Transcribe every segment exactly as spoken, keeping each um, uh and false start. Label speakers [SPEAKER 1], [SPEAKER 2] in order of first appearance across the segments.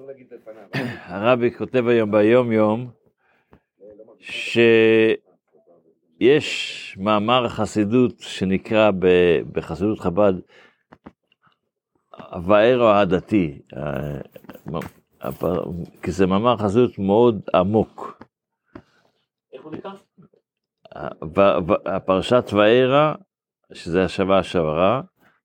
[SPEAKER 1] אסור להגיד לפניו.
[SPEAKER 2] הרבי כותב היום ביום יום, שיש מאמר חסידות שנקרא בחסידות חב"ד, הבאר העדתי, כי זה מאמר חסידות מאוד עמוק.
[SPEAKER 3] איך הוא נקרא?
[SPEAKER 2] הפרשת וארא, שזה השווה השברה,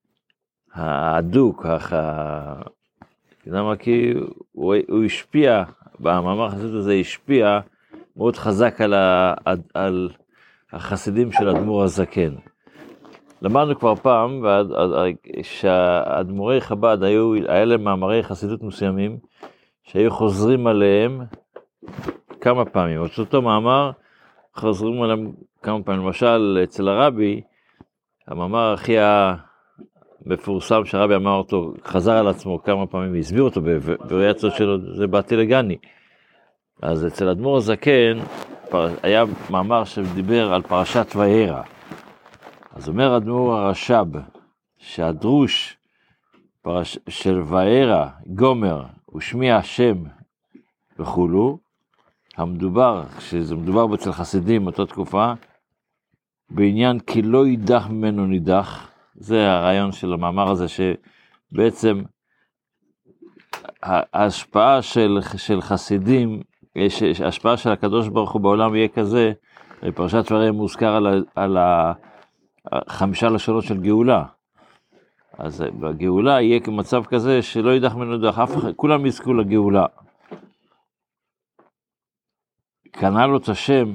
[SPEAKER 2] הדוק, למה? כי הוא, הוא השפיע, במאמר החסידות הזה השפיע מאוד חזק על, ה, על החסידים של אדמו"ר הזקן. למדנו כבר פעם שהאדמו"רי חב"ד היו, היה להם מאמרי חסידות מסוימים, שהיו חוזרים עליהם כמה פעמים. אותו מאמר חוזרים עליהם כמה פעמים. למשל, אצל הרבי, המאמר הכי המפורסם שהרבי אמר אותו, חזר על עצמו כמה פעמים, והסביר אותו בריאציות שלו, זה באתי לגני. אז אצל אדמו"ר הזקן, היה מאמר שדיבר על פרשת וארא. אז אומר אדמו"ר הרש"ב, שהדרוש פרש, של וארא, גומר, ושמיע השם וכולו, המדובר, שזה מדובר אצל חסידים באותה תקופה, בעניין כי לא יידח ממנו נידח, זה הרעיון של המאמר הזה, שבעצם ההשפעה של, של חסידים, ההשפעה של הקדוש ברוך הוא בעולם יהיה כזה, בפרשת וארא מוזכר על, על החמישה לשונות של גאולה. אז בגאולה יהיה מצב כזה שלא יידח ממנו נידח, אף אחד, כולם יזכו לגאולה. קנה לו את השם,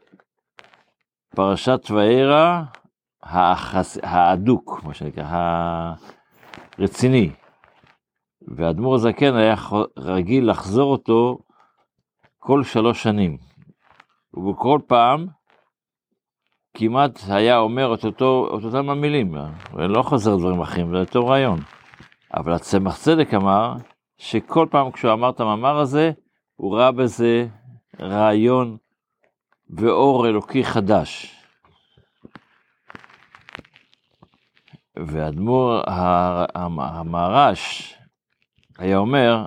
[SPEAKER 2] פרשת וארא, האדוק, מה שנקרא, הרציני. והאדמו"ר הזקן היה רגיל לחזור אותו כל שלוש שנים. ובכל פעם, כמעט היה אומר את, אותו, את אותם המילים. לא חוזר דברים אחרים, זה אותו רעיון. אבל הצמח צדק אמר, שכל פעם כשהוא אמר את המאמר הזה, הוא ראה בזה רעיון ואור אלוקי חדש. והאדמו"ר המהר"ש היה אומר,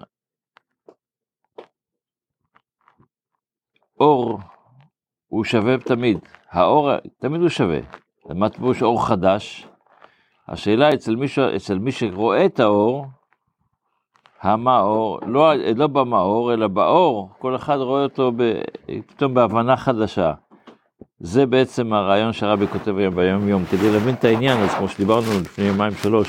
[SPEAKER 2] אור הוא שווה תמיד, האור תמיד הוא שווה, למה תבוש אור חדש? השאלה אצל מי, אצל מי שרואה את האור, המאור, לא, לא במאור, אלא באור, כל אחד רואה אותו ב, פתאום בהבנה חדשה. זה בעצם הרעיון שהרבי כותב היום ביום יום, כדי להבין את העניין, אז כמו שדיברנו לפני יומיים שלוש,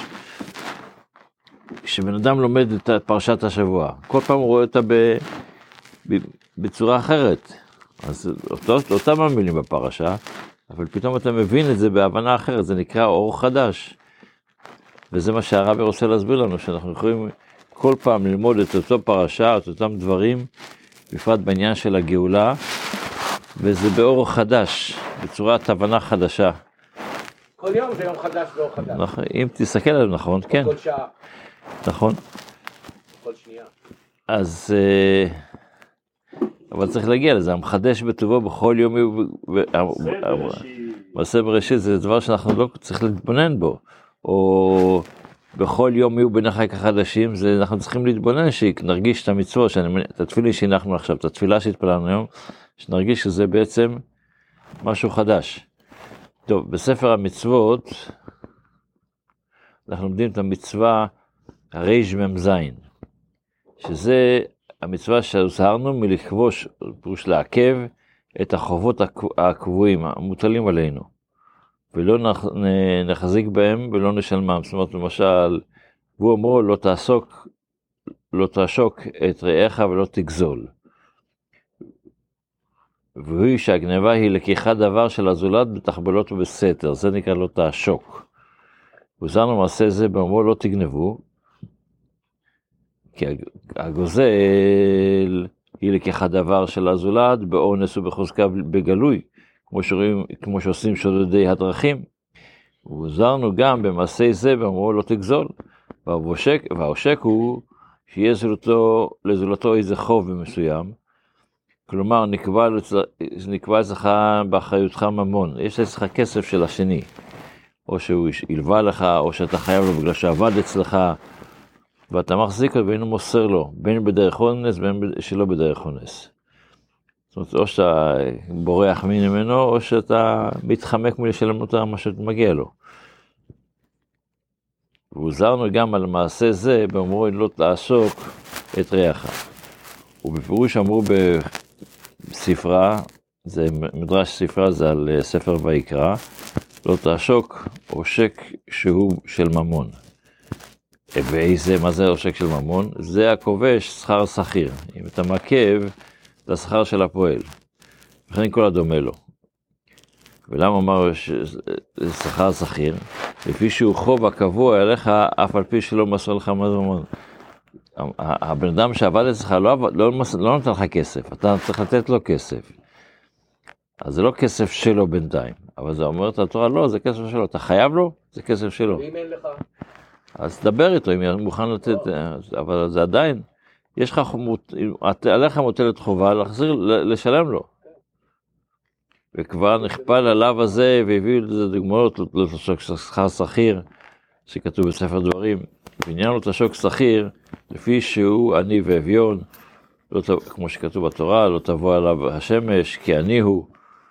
[SPEAKER 2] כשבן אדם לומד את פרשת השבוע, כל פעם הוא רואה אותה ב, ב, בצורה אחרת, אז אותו, אותם המילים בפרשה, אבל פתאום אתה מבין את זה בהבנה אחרת, זה נקרא אור חדש, וזה מה שהרבי רוצה להסביר לנו, שאנחנו יכולים כל פעם ללמוד את אותו פרשה, את אותם דברים, בפרט בעניין של הגאולה, וזה באור חדש, בצורת הבנה חדשה.
[SPEAKER 1] כל יום זה יום חדש ואור חדש.
[SPEAKER 2] נכון, אם תסתכל עליו, נכון, כן.
[SPEAKER 1] כל שעה.
[SPEAKER 2] נכון.
[SPEAKER 1] כל שנייה.
[SPEAKER 2] אז, אבל צריך להגיע לזה, המחדש בטובו בכל יום, מעשה בראשית, זה דבר שאנחנו לא צריכים להתבונן בו, או בכל יום יהיו בנחי כחדשים, זה אנחנו צריכים להתבונן, שנרגיש את המצוות, את התפילה שהנחנו עכשיו, את התפילה שהתפללנו היום, שנרגיש שזה בעצם משהו חדש. טוב, בספר המצוות, אנחנו לומדים את המצווה הרייש ממזין, שזה המצווה שהוזהרנו מלכבוש, פירוש לעכב את החובות הקבועים, המוטלים עלינו, ולא נחזיק בהם ולא נשלמם. זאת אומרת, למשל, הוא אמרו, לא תעסוק, לא תעשוק את רעיך ולא תגזול. והוא שהגניבה היא לקיחת דבר של הזולת בתחבלות ובסתר, זה נקרא לא תעשוק. הוזהרנו מעשה זה, באמרו לא תגנבו, כי הגוזל היא לקיחת דבר של הזולת באונס ובחוזקה בגלוי, כמו שרואים, כמו שעושים שודדי הדרכים. הוזהרנו גם במעשה זה, באמרו לא תגזול, והעושק, והעושק הוא שיהיה זולתו, לזולתו איזה חוב מסוים, כלומר, נקבע, נקבע אצלך באחריותך ממון, יש אצלך כסף של השני, או שהוא ילווה לך, או שאתה חייב לו בגלל שעבד אצלך, ואתה מחזיק אותו ואינו מוסר לו, בין בדרך אונס, בין שלא בדרך אונס. זאת אומרת, או שאתה בורח ממנו, או שאתה מתחמק מלשלם אותו מה שמגיע לו. והוזרנו גם על מעשה זה, באמרו לא לעשוק את ריחה. ובפירוש אמרו בספרה, זה מדרש ספרה, זה על ספר ויקרא, לא תעשוק עושק שהוא של ממון. ואיזה, מה זה עושק של ממון? זה הכובש שכר שכיר. אם אתה מעכב, זה השכר של הפועל. וכן כל הדומה לו. ולמה אמר שכר שכיר? לפי שהוא חוב הקבוע אליך, אף על פי שלא מסר לך ממון. הבן אדם שעבד אצלך לא, לא, לא נותן לך כסף, אתה צריך לתת לו כסף. אז זה לא כסף שלו בינתיים, אבל זה אומרת התורה, לא, זה כסף שלו, אתה חייב לו, זה כסף שלו.
[SPEAKER 1] ואם אין לך?
[SPEAKER 2] אז תדבר איתו, אם הוא מוכן לתת, אבל זה עדיין, יש לך, עליך מוטלת חובה להחזיר, לשלם לו. וכבר נכפל עליו הזה, והביאו לזה דוגמאות, לשוק שכר שכיר, שכתוב בספר דברים, ועניין לו תשוק שכיר, לפי שהוא עני ואביון, לא, כמו שכתוב בתורה, לא תבוא עליו השמש, כי עני הוא.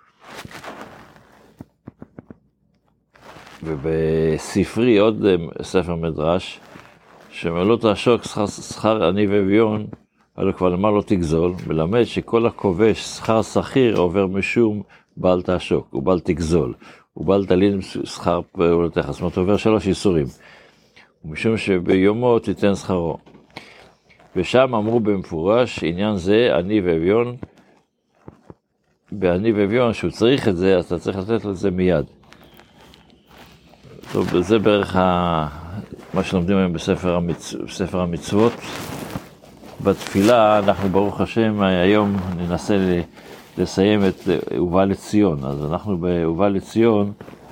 [SPEAKER 2] ובספרי עוד ספר מדרש, שמלא תעשוק שכר, שכר עני ואביון, אבל כבר למה לא תגזול, מלמד שכל הכובש שכר שכיר עובר משום בעל תעשוק, הוא בעל תגזול, הוא בעל תלין שכר פעולתך, זאת אומרת עובר שלוש איסורים, ומשום שביומו תיתן שכרו. ושם אמרו במפורש, עניין זה, עני ואביון, בעני ואביון, שהוא צריך את זה, אז אתה צריך לתת לזה מיד. טוב, זה בערך ה... מה שלומדים היום בספר, המצ... בספר המצוות. בתפילה אנחנו ברוך השם היום ננסה ל... לסיים את ובא לציון. אז אנחנו בובא לציון,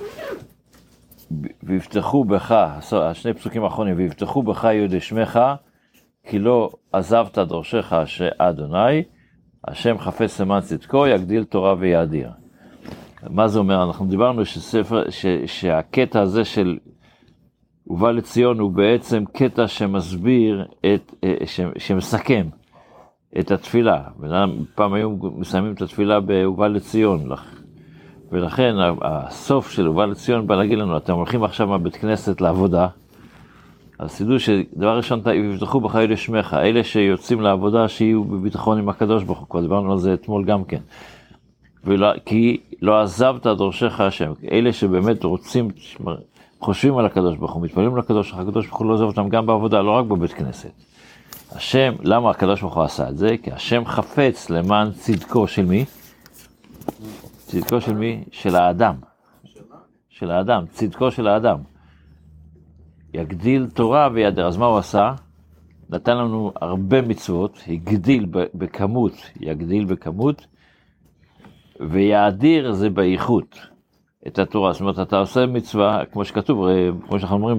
[SPEAKER 2] ויבטחו בך, השני פסוקים האחרונים, ויבטחו בך יהודי שמך, כי לא עזבת דורשך שאדוני, השם חפץ למען צדקו, יגדיל תורה ויאדיר. מה זה אומר? אנחנו דיברנו שספר, ש, שהקטע הזה של ובא לציון הוא בעצם קטע שמסביר, את, ש, שמסכם את התפילה. פעם היום מסיימים את התפילה בובא לציון, ולכן הסוף של ובא לציון בא להגיד לנו, אתם הולכים עכשיו מהבית כנסת לעבודה, אז תדעו שדבר ראשון, יבטחו בך יהודי שמך, אלה שיוצאים לעבודה שיהיו בביטחון עם הקדוש ברוך הוא, כבר דיברנו על זה אתמול גם כן. ולא, כי לא עזבת דורשך השם, אלה שבאמת רוצים, חושבים על הקדוש ברוך הוא, מתפעלים לקדוש ברוך הוא, הקדוש ברוך הוא לא עוזב אותם גם בעבודה, לא רק בבית כנסת. השם, למה הקדוש ברוך הוא עשה את זה? כי השם חפץ למען צדקו של מי? צדקו של מי? של האדם. של האדם, צדקו של האדם. יגדיל תורה ויאדיר. אז מה הוא עשה? נתן לנו הרבה מצוות, הגדיל בכמות, יגדיל בכמות, ויאדיר זה באיכות את התורה. זאת אומרת, אתה עושה מצווה, כמו שכתוב, כמו שאנחנו אומרים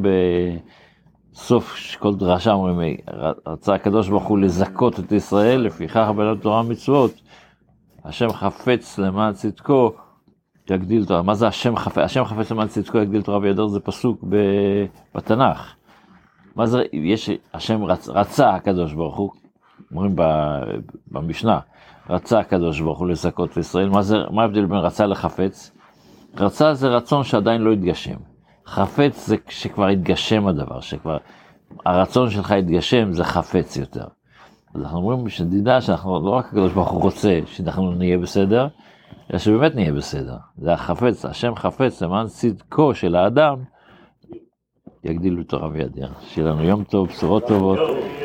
[SPEAKER 2] בסוף כל דרשה, אומרים, רצה הקדוש ברוך הוא לזכות את ישראל, לפיכך בלת תורה מצוות, השם חפץ למען צדקו, יגדיל תורה. מה זה השם חפץ? השם חפץ למען צדקו יגדיל תורה ויאדיר, זה פסוק בתנ"ך. מה זה, יש, השם רצ, רצה הקדוש ברוך הוא, אומרים במשנה, רצה הקדוש ברוך הוא לזכות את ישראל. מה זה, מה ההבדל בין רצה לחפץ? רצה זה רצון שעדיין לא התגשם. חפץ זה שכבר התגשם הדבר, שכבר הרצון שלך התגשם, זה חפץ יותר. אז אנחנו אומרים שנדע שאנחנו, לא רק הקדוש ברוך הוא רוצה שאנחנו נהיה בסדר, אלא שבאמת נהיה בסדר. זה החפץ, השם חפץ למען צדקו של האדם, יגדיל בתורה ויאדיר. שיהיה לנו יום טוב, בשורות טובות.